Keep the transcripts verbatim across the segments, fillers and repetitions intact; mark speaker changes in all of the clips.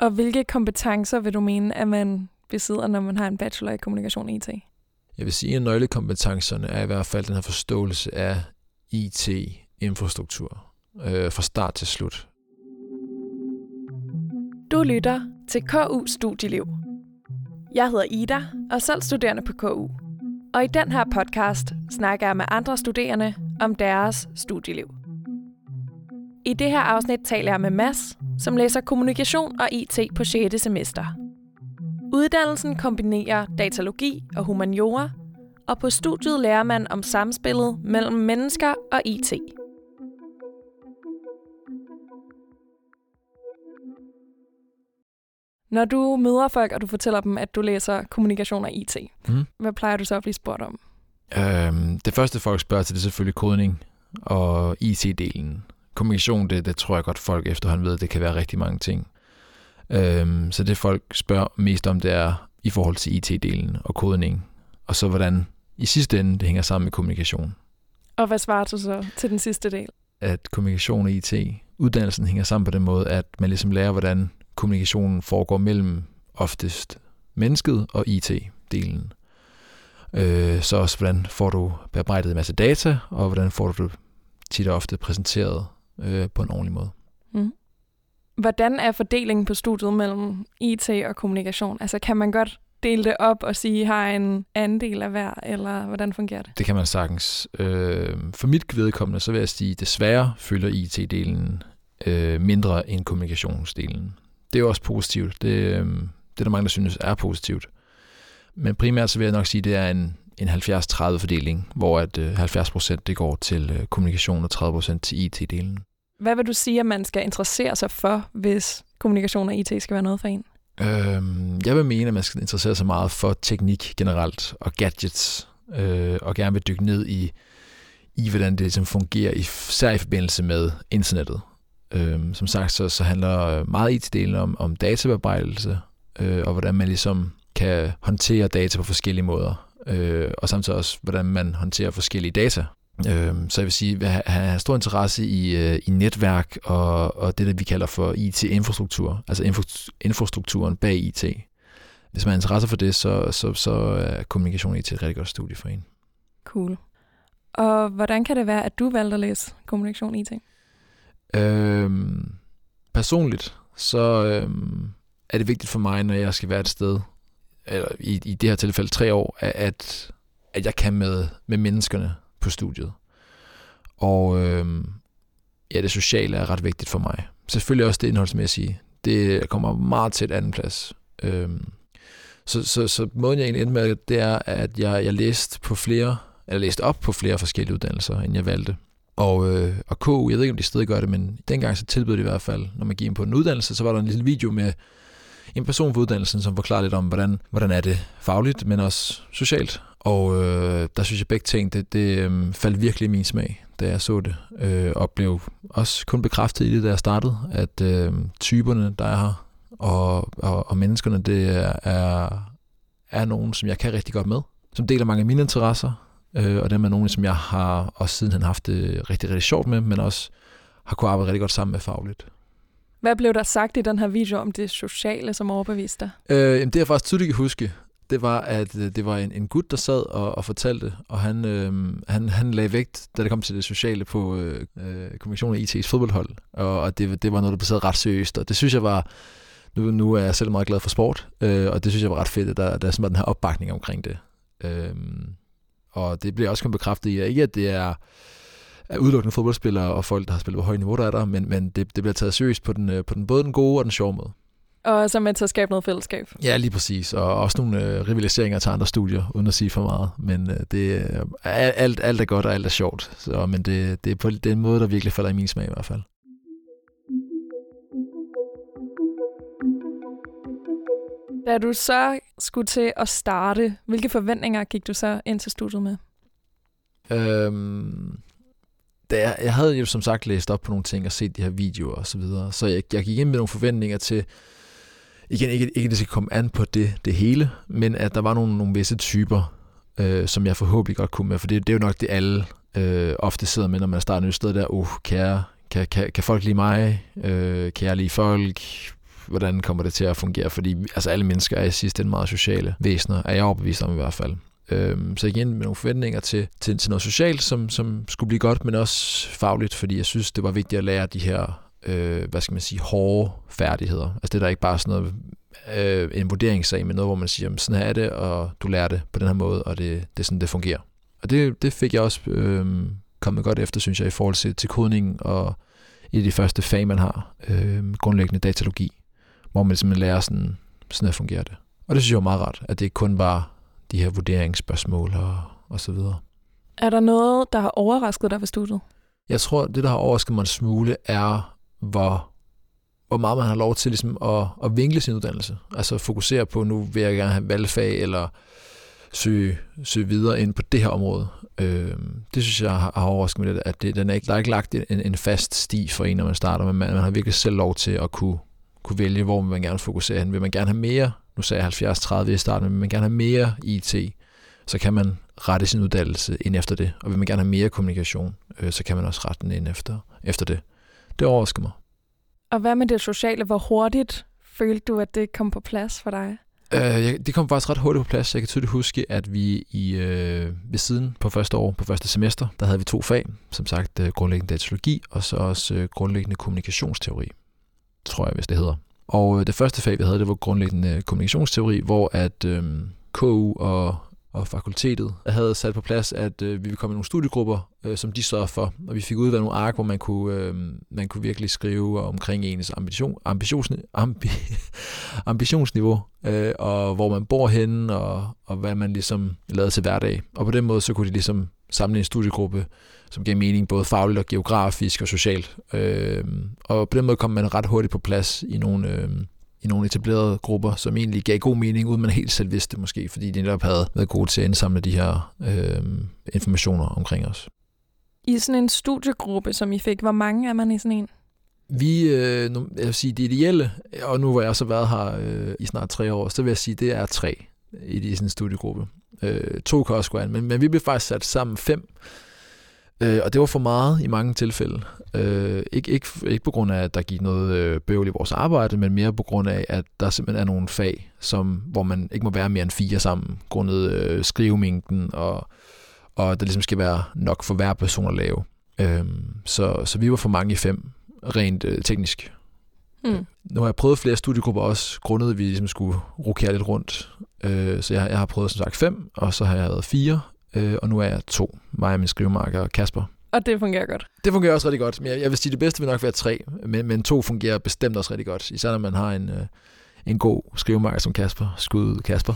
Speaker 1: Og hvilke kompetencer vil du mene, at man besidder, når man har en bachelor i kommunikation og I T?
Speaker 2: Jeg vil sige, at nøglekompetencerne er i hvert fald den her forståelse af I T-infrastruktur øh, fra start til slut.
Speaker 1: Du lytter til K U Studieliv. Jeg hedder Ida, og er selv studerende på K U. Og i den her podcast snakker jeg med andre studerende om deres studieliv. I det her afsnit taler jeg med Mads, som læser kommunikation og I T på sjette semester. Uddannelsen kombinerer datalogi og humaniora, og på studiet lærer man om samspillet mellem mennesker og I T. Når du møder folk, og du fortæller dem, at du læser kommunikation og I T, mm. hvad plejer du så at blive spurgt om?
Speaker 2: Øhm, det første, folk spørger til, det er selvfølgelig kodning og I T-delen. Kommunikation, det, det tror jeg godt, folk efterhånden ved, det kan være rigtig mange ting. Øhm, så det, folk spørger mest om, det er i forhold til I T-delen og kodning, og så hvordan i sidste ende det hænger sammen med kommunikation.
Speaker 1: Og hvad svarer du så til den sidste del?
Speaker 2: At kommunikation og I T, uddannelsen hænger sammen på den måde, at man ligesom lærer, hvordan kommunikationen foregår mellem oftest mennesket og I T-delen. Øh, så også, hvordan får du bearbejdet en masse data, og hvordan får du det tit og ofte præsenteret øh, på en ordentlig måde.
Speaker 1: Mm. Hvordan er fordelingen på studiet mellem I T og kommunikation? Altså kan man godt dele det op og sige, har en anden del af hver, eller hvordan fungerer det?
Speaker 2: Det kan man sagtens. Øh, for mit vedkommende, så vil jeg sige, desværre fylder I T-delen øh, mindre end kommunikationsdelen. Det er jo også positivt. Det, øh, det er der mange, der synes er positivt. Men primært så vil jeg nok sige, at det er en, en halvfjerds tredive fordeling, hvor at øh, halvfjerds procent det går til øh, kommunikation og tredive procent til I T-delen.
Speaker 1: Hvad vil du sige, at man skal interessere sig for, hvis kommunikation og I T skal være noget for en?
Speaker 2: Øhm, jeg vil mene, at man skal interessere sig meget for teknik generelt og gadgets, øh, og gerne vil dykke ned i, i hvordan det ligesom fungerer, især i forbindelse med internettet. Øhm, som sagt, så, så handler meget I T-delen om, om databearbejdelse, øh, og hvordan man ligesom kan håndtere data på forskellige måder, øh, og samtidig også, hvordan man håndterer forskellige data. Øh, så jeg vil sige, at han har stor interesse i, øh, i netværk og, og det, der vi kalder for I T-infrastruktur, altså infra- infrastrukturen bag I T. Hvis man har interesse for det, så, så, så er kommunikation og I T et rigtig godt studie for en.
Speaker 1: Cool. Og hvordan kan det være, at du valgte at læse kommunikation og I T?
Speaker 2: Øhm, personligt, så øhm, er det vigtigt for mig, når jeg skal være et sted, eller i, i det her tilfælde tre år, at, at jeg kan med, med menneskerne på studiet. Og øhm, ja, det sociale er ret vigtigt for mig. Selvfølgelig også det indholdsmæssige. Det kommer meget til et anden plads. Øhm, så, så, så måden jeg egentlig endte med, det er, at jeg, jeg læste på flere, eller læste op på flere forskellige uddannelser, end jeg valgte. Og, øh, og K U, jeg ved ikke, om de stadig gør det, men dengang så tilbød de i hvert fald, når man gik ind på en uddannelse, så var der en lille video med en person for uddannelsen, som forklarer lidt om, hvordan, hvordan er det fagligt, men også socialt. Og øh, der synes jeg begge ting, det, det øh, faldt virkelig i min smag, da jeg så det. Øh, og blev også kun bekræftet i det, da jeg startede, at øh, typerne, der er her, og, og, og menneskerne, det er, er, er nogen, som jeg kan rigtig godt med. Som deler mange af mine interesser, øh, og dem er nogen, som jeg har også sidenhen haft det rigtig, rigtig sjovt med, men også har kunnet arbejde rigtig godt sammen med fagligt.
Speaker 1: Hvad blev der sagt i den her video om det sociale, som overbeviste dig?
Speaker 2: Øh, jamen det jeg faktisk tydeligt kan huske, det var, at det var en, en gut, der sad og, og fortalte, og han, øh, han, han lagde vægt, da det kom til det sociale på øh, kommunikation og I T's fodboldhold, og, og det, det var noget, der blev taget ret seriøst, og det synes jeg var, nu, nu er jeg selv meget glad for sport, øh, og det synes jeg var ret fedt, at der, der er sådan den her opbakning omkring det. Øh, og det bliver også kun bekræftet i, ikke at det er er udelukkende fodboldspillere og folk, der har spillet på højt niveau, der er der, men, men det, det bliver taget seriøst på den, på den både den gode og den sjove måde.
Speaker 1: Og så med til at skabe noget fællesskab.
Speaker 2: Ja, lige præcis. Og også nogle øh, rivaliseringer til andre studier, uden at sige for meget. Men øh, det, øh, alt, alt er godt, og alt er sjovt. Så, men det, det, er på, det er en måde, der virkelig falder i min smag i hvert fald.
Speaker 1: Da du så skulle til at starte, hvilke forventninger gik du så ind til studiet med?
Speaker 2: Øhm, da jeg, jeg havde jo som sagt læst op på nogle ting og set de her videoer og så videre, så jeg, jeg gik ind med nogle forventninger til, igen ikke, ikke at det skal komme an på det, det hele, men at der var nogle, nogle visse typer, øh, som jeg forhåbentlig godt kunne med, for det, det er jo nok det alle øh, ofte sidder med, når man starter et sted der, uh, kan, jeg, kan, kan, kan folk lide mig, øh, kan jeg lide folk, hvordan kommer det til at fungere, fordi altså, alle mennesker er i sidste ende meget sociale væsener, er jeg overbevist om i hvert fald. Øhm, så igen med nogle forventninger til, til, til noget socialt, som, som skulle blive godt, men også fagligt, fordi jeg synes, det var vigtigt at lære de her, øh, hvad skal man sige, hårde færdigheder. Altså det er der ikke bare sådan noget, øh, en vurderingssag, men noget, hvor man siger, jamen, sådan her er det, og du lærer det på den her måde, og det, det er sådan, det fungerer. Og det, det fik jeg også øh, kommet godt efter, synes jeg, i forhold til, til kodning og i de første fag, man har, øh, grundlæggende datalogi, hvor man simpelthen lærer sådan, sådan at fungere det. Og det synes jeg var meget rart, at det ikke kun var de her vurderingsspørgsmål og, og så videre.
Speaker 1: Er der noget, der har overrasket dig ved studiet?
Speaker 2: Jeg tror, det, der har overrasket mig en smule, er, hvor, hvor meget man har lov til ligesom, at, at vinkle sin uddannelse. Altså fokusere på, nu vil jeg gerne have valgfag, eller søge, søge videre ind på det her område. Øh, det synes jeg har, har overrasket mig lidt, at det, den er ikke, der er ikke lagt en, en fast sti for en, når man starter, men man, man har virkelig selv lov til at kunne, kunne vælge, hvor man gerne fokuserer hen. Vil man gerne have mere, nu sagde jeg halvfjerds tredive i starten, men vil man gerne have mere I T, så kan man rette sin uddannelse ind efter det. Og vil man gerne have mere kommunikation, øh, så kan man også rette den ind efter, efter det. Det overrasker mig.
Speaker 1: Og hvad med det sociale? Hvor hurtigt følte du, at det kom på plads for dig?
Speaker 2: Øh, det kom faktisk ret hurtigt på plads. Jeg kan tydeligt huske, at vi i øh, ved siden på første år, på første semester, der havde vi to fag. Som sagt, øh, grundlæggende datalogi, og så også øh, grundlæggende kommunikationsteori, tror jeg, hvis det hedder. Og øh, det første fag, vi havde, det var grundlæggende kommunikationsteori, hvor at øh, K U og og fakultetet havde sat på plads, at øh, vi ville komme i nogle studiegrupper, øh, som de sørgede for, og vi fik udvalgt nogle ark, hvor man kunne, øh, man kunne virkelig skrive omkring ens ambition, ambitions, ambi, ambitionsniveau, øh, og hvor man bor henne, og, og hvad man ligesom lavede til hverdag. Og på den måde, så kunne de ligesom samle en studiegruppe, som gav mening både fagligt og geografisk og socialt. Øh, og på den måde kom man ret hurtigt på plads i nogle... Øh, i nogle etablerede grupper, som egentlig gav god mening, uden man helt selv vidste måske, fordi de netop havde været gode til at indsamle de her øh, informationer omkring os.
Speaker 1: I sådan en studiegruppe, som I fik, hvor mange er man i sådan en?
Speaker 2: Vi, øh, nu, jeg vil sige, det ideelle, og nu hvor jeg så været her øh, i snart tre år, så vil jeg sige, det er tre i sådan en studiegruppe. Øh, to kan også gå an, men, men vi blev faktisk sat sammen fem, øh, og det var for meget i mange tilfælde. Øh, ikke, ikke, ikke på grund af, at der gik noget øh, bøvl i vores arbejde, men mere på grund af, at der simpelthen er nogle fag, som, hvor man ikke må være mere end fire sammen, grundet øh, skrivemængden, og, og der ligesom skal være nok for hver person at lave. Øh, så, så vi var for mange i fem, rent øh, teknisk. Mm. Nu har jeg prøvet flere studiegrupper også, grundet at vi ligesom skulle rokere lidt rundt. Øh, så jeg, jeg har prøvet som sagt fem, og så har jeg været fire, øh, og nu er jeg to, mig og min skrivemarker og Kasper.
Speaker 1: Og det fungerer godt? Det
Speaker 2: fungerer også rigtig godt. Men jeg, jeg vil sige, at det bedste vil nok være tre, men, men to fungerer bestemt også rigtig godt. Især når man har en, øh, en god skrivemarker som Kasper. Skud Kasper.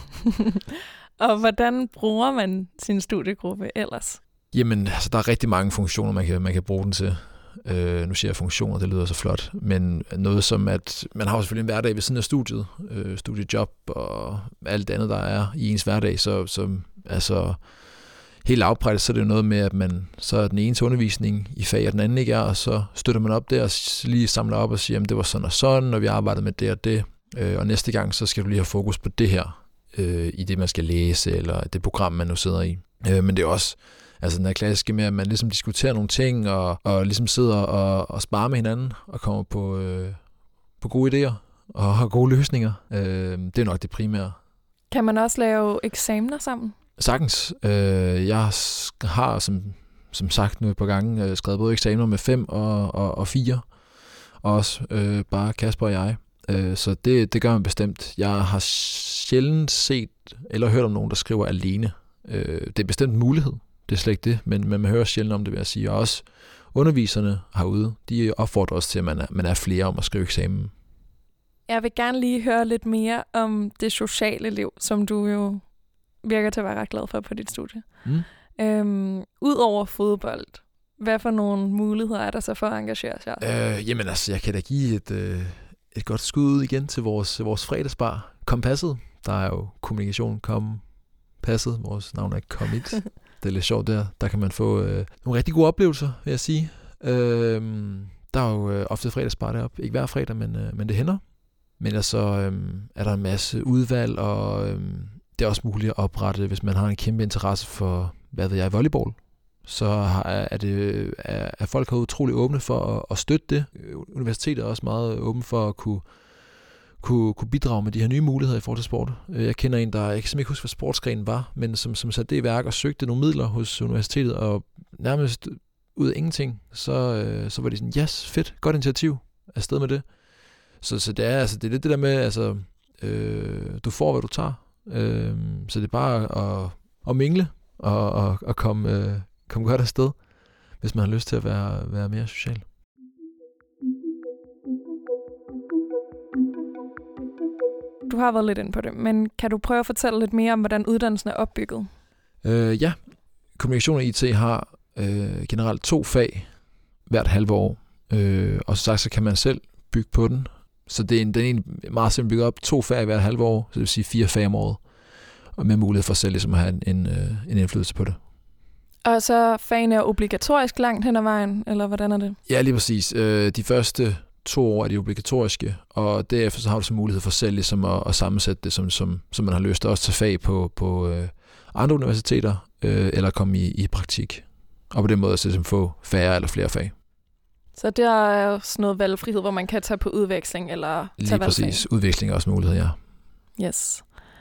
Speaker 1: Og hvordan bruger man sin studiegruppe ellers?
Speaker 2: Jamen, altså, der er rigtig mange funktioner, man kan, man kan bruge den til. Øh, nu siger jeg funktioner, det lyder så flot. Men noget som, at man har jo selvfølgelig en hverdag ved siden af studiet. Øh, studiejob og alt det andet, der er i ens hverdag. Så, så altså... Helt afpræget, så er det jo noget med, at man så er den ene til undervisning i fag, og den anden ikke er, og så støtter man op der og lige samler op og siger, at det var sådan og sådan, og vi arbejder med det og det. Øh, og næste gang, så skal du lige have fokus på det her, øh, i det, man skal læse, eller det program, man nu sidder i. Øh, men det er også altså den her klassiske med, at man ligesom diskuterer nogle ting, og, og ligesom sidder og, og sparer med hinanden, og kommer på, øh, på gode idéer, og har gode løsninger. Øh, det er nok det primære.
Speaker 1: Kan man også lave eksamener sammen?
Speaker 2: Sagtens. Øh, jeg har, som, som sagt nu et par gange, øh, skrevet både eksamener med fem og, og, og fire. Og også øh, bare Kasper og jeg. Øh, så det, det gør man bestemt. Jeg har sjældent set eller hørt om nogen, der skriver alene. Øh, det er bestemt en mulighed. Det er slet ikke det, men, men man hører sjældent om det, vil jeg sige. Og også underviserne herude, de opfordrer os til, at man er, man er flere om at skrive eksamen.
Speaker 1: Jeg vil gerne lige høre lidt mere om det sociale liv, som du jo virker til at være ret glad for på dit studie. Mm. Øhm, Udover fodbold, hvad for nogle muligheder er der så for at engagere sig?
Speaker 2: Øh, jamen altså, jeg kan da give et, øh, et godt skud igen til vores, vores fredagsbar, Kompasset. Der er jo kommunikation, Kompasset. Vores navn er Commit. Det er lidt sjovt der. Der kan man få øh, nogle rigtig gode oplevelser, vil jeg sige. Øh, der er jo øh, ofte fredagsbar deroppe. Ikke hver fredag, men, øh, men det hænder. Men altså øh, er der en masse udvalg, og øh, det er også muligt at oprette, hvis man har en kæmpe interesse for, hvad ved jeg, volleyball. Så er, det, er, er folk herude utrolig åbne for at, at støtte det. Universitetet er også meget åbne for at kunne kunne, kunne bidrage med de her nye muligheder i forhold til sport. Jeg kender en, der, jeg kan simpelthen ikke huske, hvad sportsgrenen var, men som, som satte det i værk og søgte nogle midler hos universitetet, og nærmest ud af ingenting, så, øh, så var de sådan, yes, fedt, godt initiativ, afsted med det. Så, så det, er, altså, det er lidt det der med, altså, øh, du får, hvad du tager. Øh, så det er bare at, at mingle og, og, og komme, øh, komme godt afsted, hvis man har lyst til at være, være mere social.
Speaker 1: Du har været lidt inde på det, men kan du prøve at fortælle lidt mere om, hvordan uddannelsen er opbygget?
Speaker 2: Øh, ja, kommunikation og I T har øh, generelt to fag hvert halve år, øh, og så sagt, så kan man selv bygge på den. Så det er, en, den er egentlig meget simpelt bygget op, to fag hvert halve år, så det vil sige fire fag om året, og med mulighed for selv ligesom at have en, en, en indflydelse på det. Og
Speaker 1: så fagene er obligatorisk langt hen ad vejen, eller hvordan er det?
Speaker 2: Ja, lige præcis. Øh, de første to år er de obligatoriske, og derefter så har du så mulighed for selv ligesom at, at sammensætte det, som, som, som man har lyst til. Også tage fag på, på øh, andre universiteter, øh, eller komme i, i praktik. Og på den måde så ligesom få færre eller flere fag.
Speaker 1: Så der er også noget valgfrihed, hvor man kan tage på udveksling eller tage
Speaker 2: lige
Speaker 1: valgfag?
Speaker 2: Lige præcis. Udveksling er også mulighed, ja.
Speaker 1: Yes.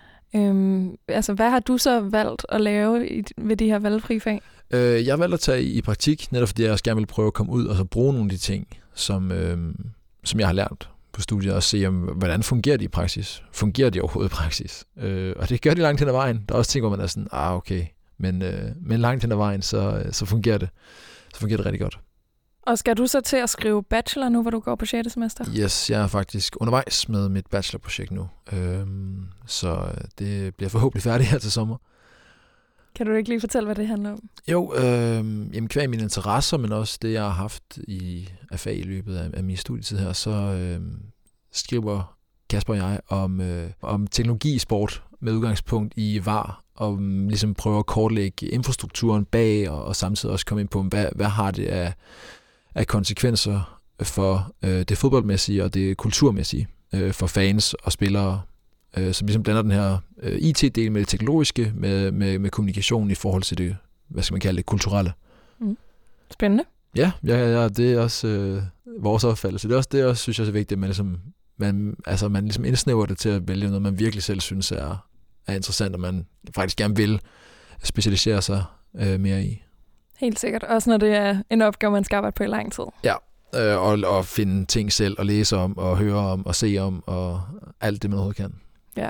Speaker 1: Øhm, altså, hvad har du så valgt at lave i, ved de her valgfri fag?
Speaker 2: Øh, jeg har valgt at tage i, i praktik, netop fordi jeg også gerne vil prøve at komme ud og så bruge nogle af de ting, som, øh, som jeg har lært på studiet, og se, om, hvordan fungerer de i praksis. Fungerer de overhovedet i praksis? Øh, og det gør de langt hen ad vejen. Der er også ting, hvor man er sådan, ah okay, men, øh, men langt hen ad vejen, så, så fungerer det. Så fungerer det rigtig godt.
Speaker 1: Og skal du så til at skrive bachelor nu, hvor du går på sjette semester?
Speaker 2: Yes, jeg er faktisk undervejs med mit bachelorprojekt nu. Øhm, så det bliver forhåbentlig færdigt her til sommer.
Speaker 1: Kan du ikke lige fortælle, hvad det handler om?
Speaker 2: Jo, øh, jamen kvæg mine interesser, men også det, jeg har haft i af fag i løbet af, af min studietid her, så øh, skriver Kasper og jeg om, øh, om teknologi i sport med udgangspunkt i V A R, og um, ligesom prøver at kortlægge infrastrukturen bag, og, og samtidig også komme ind på, hvad, hvad har det af, af konsekvenser for øh, det fodboldmæssige og det kulturmæssige øh, for fans og spillere, øh, som ligesom blander den her øh, I T-del med det teknologiske, med, med, med kommunikation i forhold til det, hvad skal man kalde det, kulturelle.
Speaker 1: Mm. Spændende.
Speaker 2: Ja, ja, ja, det er også øh, vores opfattelse. Det er også det, også, synes jeg er vigtigt, at man ligesom, man, altså, man ligesom indsnæver det til at vælge noget, man virkelig selv synes er, er interessant, og man faktisk gerne vil specialisere sig øh, mere i.
Speaker 1: Helt sikkert. Også når det er en opgave, man skal arbejde på i lang tid.
Speaker 2: Ja, øh, og, og finde ting selv, og læse om, og høre om, og se om, og alt det, man overhovedet kan.
Speaker 1: Ja.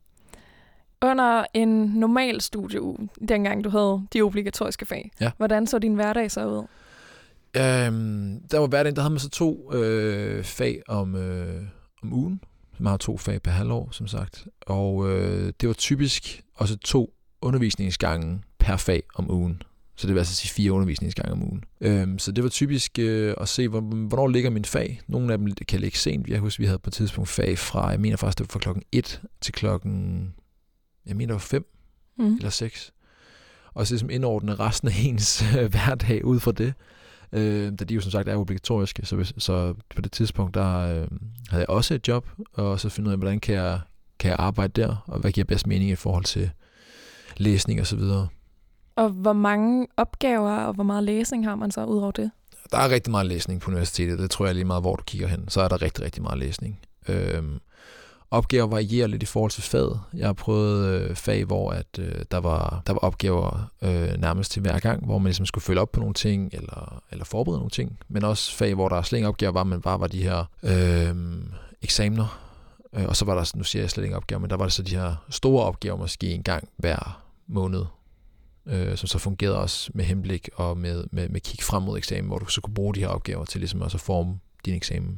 Speaker 1: Under en normal studieuge, dengang du havde de obligatoriske fag,
Speaker 2: ja.
Speaker 1: Hvordan så din hverdag så ud?
Speaker 2: Øhm, der var hverdagen, der havde man så to øh, fag om, øh, om ugen. Man har to fag per halvår, som sagt. Og øh, det var typisk også to undervisningsgange per fag om ugen. Så det vil altså sige fire undervisningsgange om ugen. Øhm, så det var typisk øh, at se, hvornår ligger min fag. Nogle af dem kan ligge sent. Jeg husker, vi havde på et tidspunkt fag fra, jeg mener faktisk, det var fra klokken et til klokken, jeg mener det var fem mm. eller seks. Og så ligesom indordne resten af ens øh, hverdag ud fra det. Øh, da de jo som sagt er obligatoriske. Så, hvis, så på det tidspunkt, der øh, havde jeg også et job, og så finde ud af, hvordan kan jeg, kan jeg arbejde der, og hvad giver bedst mening i forhold til læsning og så videre.
Speaker 1: Og hvor mange opgaver og hvor meget læsning har man så ud over det?
Speaker 2: Der er rigtig meget læsning på universitetet. Det tror jeg lige meget, hvor du kigger hen. Så er der rigtig, rigtig meget læsning. Øhm, opgaver varierer lidt i forhold til faget. Jeg har prøvet øh, fag, hvor at, øh, der, var, der var opgaver øh, nærmest til hver gang, hvor man ligesom skulle følge op på nogle ting, eller, eller forberede nogle ting. Men også fag, hvor der slet ikke opgaver var, men bare var de her øh, eksamener. Øh, og så var der, nu siger jeg slet ikke opgaver, men der var det så de her store opgaver, måske en gang hver måned. Øh, som så fungerede også med henblik og med, med, med kig frem mod eksamen, hvor du så kunne bruge de her opgaver til ligesom også at forme din eksamen.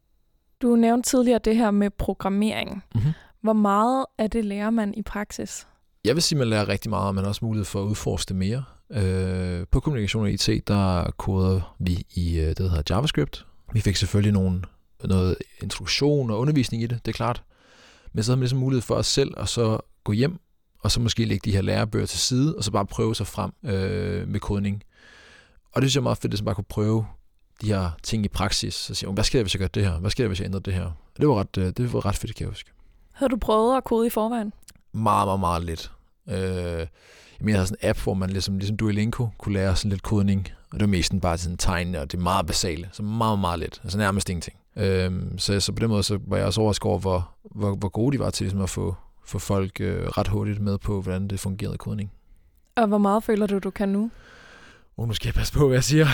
Speaker 1: Du nævnte tidligere det her med programmering.
Speaker 2: Mm-hmm.
Speaker 1: Hvor meget af det lærer man i praksis?
Speaker 2: Jeg vil sige, at man lærer rigtig meget, og man har også mulighed for at udforske det mere. Øh, på kommunikation og I T, der koder vi i det, der hedder JavaScript. Vi fik selvfølgelig nogle, noget introduktion og undervisning i det, det er klart. Men så har man ligesom mulighed for os selv at så gå hjem, og så måske lægge de her lærebøger til side, og så bare prøve sig frem øh, med kodning. Og det synes jeg er meget fedt, at man bare kunne prøve de her ting i praksis. Så siger, hvad sker der, hvis jeg gør det her? Hvad sker der, hvis jeg ændrer det her? Og det var ret, det var ret fedt, kan jeg huske.
Speaker 1: Havde du prøvet at kode i forvejen?
Speaker 2: Meget, meget, meget lidt. Øh, jeg mener, jeg havde sådan en app, hvor man ligesom, ligesom Duolingo kunne lære sådan lidt kodning. Og det var mest bare sådan tegne, og det er meget basale. Så meget, meget lidt. Altså nærmest ingenting. Øhm, så, så på den måde så var jeg også overrasket over, hvor, hvor, hvor gode de var til ligesom at få, få folk øh, ret hurtigt med på, hvordan det fungerede i kodning.
Speaker 1: Og hvor meget føler du, du kan nu?
Speaker 2: Oh, nu skal jeg passe på, hvad jeg siger.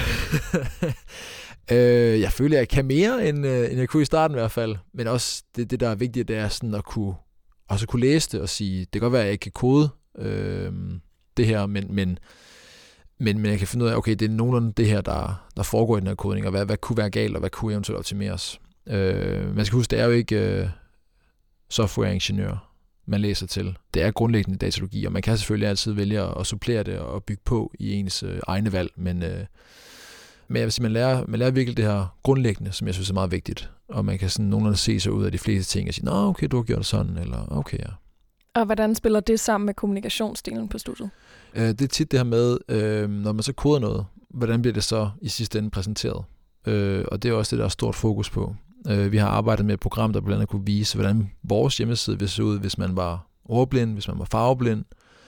Speaker 2: øh, jeg føler, jeg kan mere, end, øh, end jeg kunne i starten i hvert fald. Men også det, det der er vigtigt, det er sådan at kunne, også kunne læse det og sige, det kan godt være, at jeg ikke kan kode øh, det her, men, men, men, men jeg kan finde ud af, okay, det er nogenlunde det her, der, der foregår i den her kodning, og hvad, hvad kunne være galt, og hvad kunne eventuelt optimeres. Øh, man skal huske, det er jo ikke øh, softwareingeniør, man læser til. Det er grundlæggende datalogi, og man kan selvfølgelig altid vælge at supplere det og bygge på i ens øh, egne valg, men, øh, men jeg vil sige, man lærer, man lærer virkelig det her grundlæggende, som jeg synes er meget vigtigt, og man kan sådan nogenlunde se sig ud af de fleste ting og sige, nå okay, du har gjort det sådan, eller okay, ja.
Speaker 1: Og hvordan spiller det sammen med kommunikationsdelen på studiet?
Speaker 2: Øh, det er tit det her med, øh, når man så koder noget, hvordan bliver det så i sidste ende præsenteret? Øh, og det er også det, der er stort fokus på. Øh, vi har arbejdet med et program, der blandt andet kunne vise, hvordan vores hjemmeside ville se ud, hvis man var ordblind, hvis man var farveblind.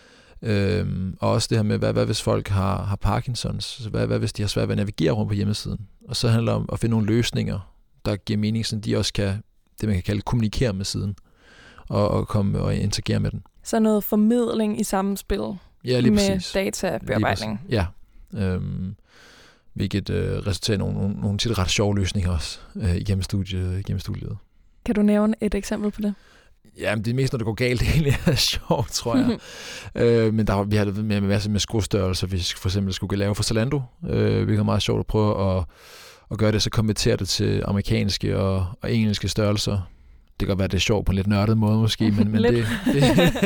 Speaker 2: Øh, og også det her med, hvad, hvad hvis folk har, har Parkinsons? Hvad, hvad hvis de har svært ved at navigere rundt på hjemmesiden? Og så handler det om at finde nogle løsninger, der giver mening, så de også kan, det man kan kalde, kommunikere med siden. Og, og komme og interagere med den.
Speaker 1: Så noget formidling i samspil
Speaker 2: ja, lige
Speaker 1: med
Speaker 2: præcis.
Speaker 1: databearbejdning.
Speaker 2: Ja, øhm, hvilket øh, resulterer i nogle, nogle, nogle tit ret sjove løsninger også øh, igennem, studie, igennem studiet.
Speaker 1: Kan du nævne et eksempel på det?
Speaker 2: Ja, men det er mest, når det går galt, det egentlig er sjovt, tror jeg. øh, men der, vi har det med masser med skostørrelser, hvis vi for eksempel skulle lave for Zalando, øh, hvilket er meget sjovt at prøve at, at gøre det, så konvertere det til amerikanske og, og engelske størrelser. Det kan godt være, det er sjovt på en lidt nørdet måde måske, men, men det, det,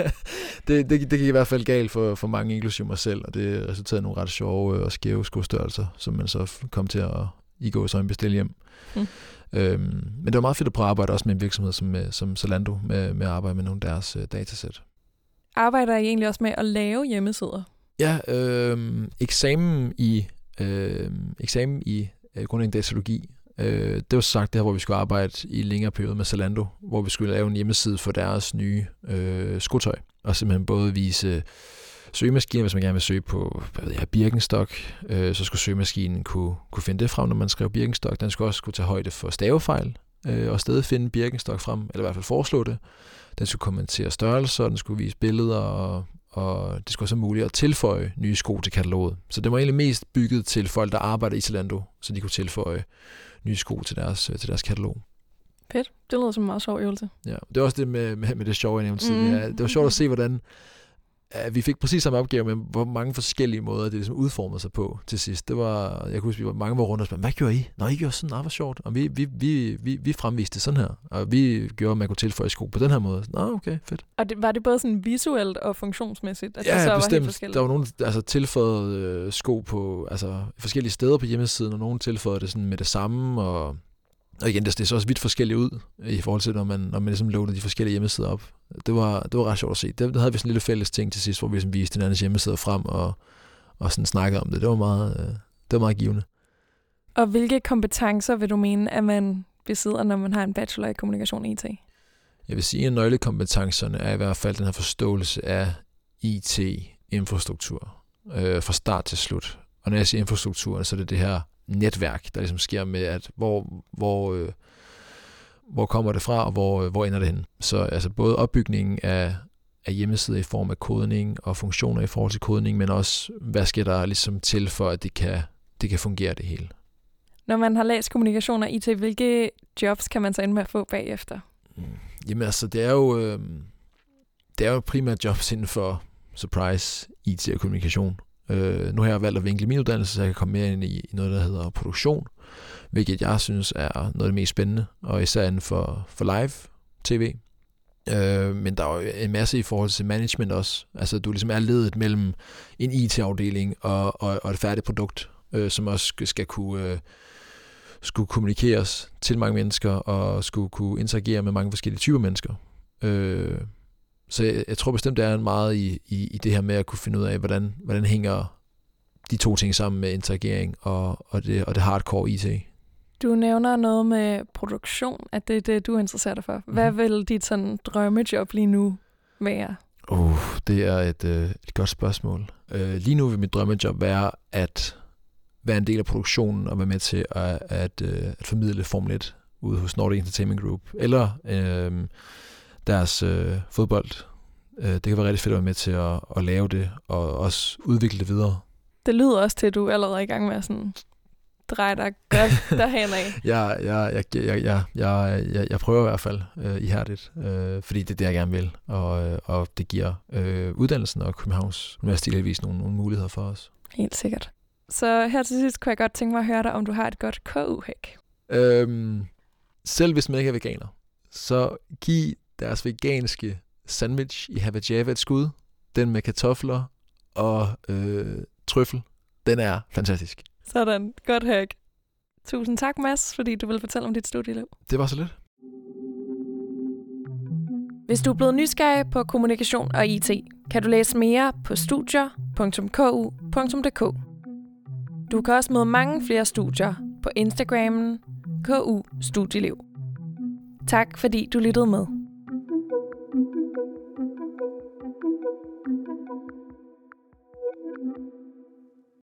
Speaker 2: det, det, det gik i hvert fald galt for, for mange, inklusive mig selv, og det resulterede i nogle ret sjove og skæve skostørrelser, som man så kom til at igå så en bestille hjem. Mm. Øhm, men det var meget fedt at prøve at arbejde også med en virksomhed som, som Zalando, med, med at arbejde med nogle af deres uh, datasæt. Arbejder
Speaker 1: I egentlig også med at lave hjemmesider?
Speaker 2: Ja, øh, eksamen i, øh, eksamen i øh, grundlæggende datalogi. Det var så sagt det her, hvor vi skulle arbejde i længere periode med Zalando, hvor vi skulle lave en hjemmeside for deres nye øh, skotøj, og simpelthen både vise søgemaskiner, hvis man gerne vil søge på, hvad ved jeg, Birkenstock, øh, så skulle søgemaskinen kunne, kunne finde det frem, når man skrev Birkenstock. Den skulle også kunne tage højde for stavefejl, øh, og stadig finde Birkenstock frem, eller i hvert fald foreslå det. Den skulle kommentere størrelser, den skulle vise billeder, og, og det skulle også være muligt at tilføje nye sko til kataloget. Så det var egentlig mest bygget til folk, der arbejder i Zalando, så de kunne tilføje nye sko til deres, til deres katalog.
Speaker 1: Fedt. Det lyder som en meget sjov øvelse.
Speaker 2: Ja, det er også det med, med, med det sjove, jeg nævnte mm. ja, det var sjovt at se, hvordan uh, vi fik præcis samme opgave, men hvor mange forskellige måder det ligesom udformede sig på til sidst. Det var, jeg kunne huske, vi var mange var rundt og spurgte, hvad gjorde I? Nå, I gjorde sådan, det var sjovt. Og vi, vi, vi, vi, vi fremviste det sådan her. Og vi gjorde, at man kunne tilføje sko på den her måde. Nå, okay, fedt.
Speaker 1: Og det, var det både sådan visuelt og funktionsmæssigt? At
Speaker 2: ja,
Speaker 1: det så
Speaker 2: bestemt.
Speaker 1: Var
Speaker 2: der var nogle altså, tilføjet øh, sko på altså, forskellige steder på hjemmesiden, og nogle tilføjede det sådan med det samme, og Og igen, det, det så også vidt forskelligt ud i forhold til, når man, når man ligesom loadede de forskellige hjemmesider op. Det var, det var ret sjovt at se. Det, det havde vi sådan en lille fælles ting til sidst, hvor vi ligesom viste hinandens hjemmesider frem og, og sådan snakkede om det. Det var meget, øh, det var meget givende.
Speaker 1: Og hvilke kompetencer vil du mene, at man besidder, når man har en bachelor i kommunikation I T?
Speaker 2: Jeg vil sige, at nøglekompetencerne er i hvert fald den her forståelse af I T-infrastruktur øh, fra start til slut. Og når jeg siger infrastruktur, så er det det her netværk, der ligesom sker med, at hvor, hvor, øh, hvor kommer det fra, og hvor, øh, hvor ender det hen. Så altså både opbygningen af, af hjemmesider i form af kodning og funktioner i forhold til kodning, men også, hvad skal der ligesom til for, at det kan, det kan fungere det hele.
Speaker 1: Når man har læst kommunikation og I T, hvilke jobs kan man så ende med at få bagefter?
Speaker 2: Mm. Jamen altså, det er jo, øh, det er jo primært jobs inden for surprise, I T og kommunikation. Uh, nu har jeg valgt at vinkle min uddannelse, så jeg kan komme mere ind i, i noget, der hedder produktion, hvilket jeg synes er noget af det mest spændende, og især inden for, for live tv. Uh, men der er jo en masse i forhold til management også. Altså, du ligesom er ledet mellem en I T-afdeling og, og, og et færdigt produkt, uh, som også skal kunne, uh, skulle kommunikeres til mange mennesker, og skulle kunne interagere med mange forskellige typer mennesker. Uh, Så jeg, jeg tror bestemt, der er meget i, i, i det her med at kunne finde ud af, hvordan, hvordan hænger de to ting sammen med interagering og, og, det, og det hardcore I T.
Speaker 1: Du nævner noget med produktion, at det er det, du interesserer dig for. Hvad mm-hmm. vil dit sådan drømmejob lige nu være?
Speaker 2: Uh, det er et, øh, et godt spørgsmål. Uh, lige nu vil mit drømmejob være at være en del af produktionen og være med til at, at, at, at formidle Formel et ude hos Nordic Entertainment Group, eller øh, deres øh, fodbold. Øh, det kan være rigtig fedt at være med til at, at lave det, og også udvikle det videre.
Speaker 1: Det lyder også til, at du er allerede i gang med at sådan dreje dig godt derhen af.
Speaker 2: jeg, jeg, jeg, jeg, jeg, jeg, jeg, jeg prøver i hvert fald øh, ihærdigt, øh, fordi det er det, jeg gerne vil, og, og det giver øh, uddannelsen og Københavns Universitet heldigvis nogle, nogle muligheder for os.
Speaker 1: Helt sikkert. Så her til sidst kunne jeg godt tænke mig at høre dig, om du har et godt K U-hack.
Speaker 2: Øhm, selv hvis man ikke er veganer, så giv deres veganske sandwich i Hava Java et skud. Den med kartofler og øh, trøffel. Den er fantastisk.
Speaker 1: Sådan. Godt hack. Tusind tak, Mads, fordi du ville fortælle om dit studieliv.
Speaker 2: Det var så lidt.
Speaker 1: Hvis du er blevet nysgerrig på kommunikation og I T, kan du læse mere på studier punktum k u punktum d k. Du kan også møde mange flere studier på Instagrammen K U Studieliv. Tak fordi du lyttede med.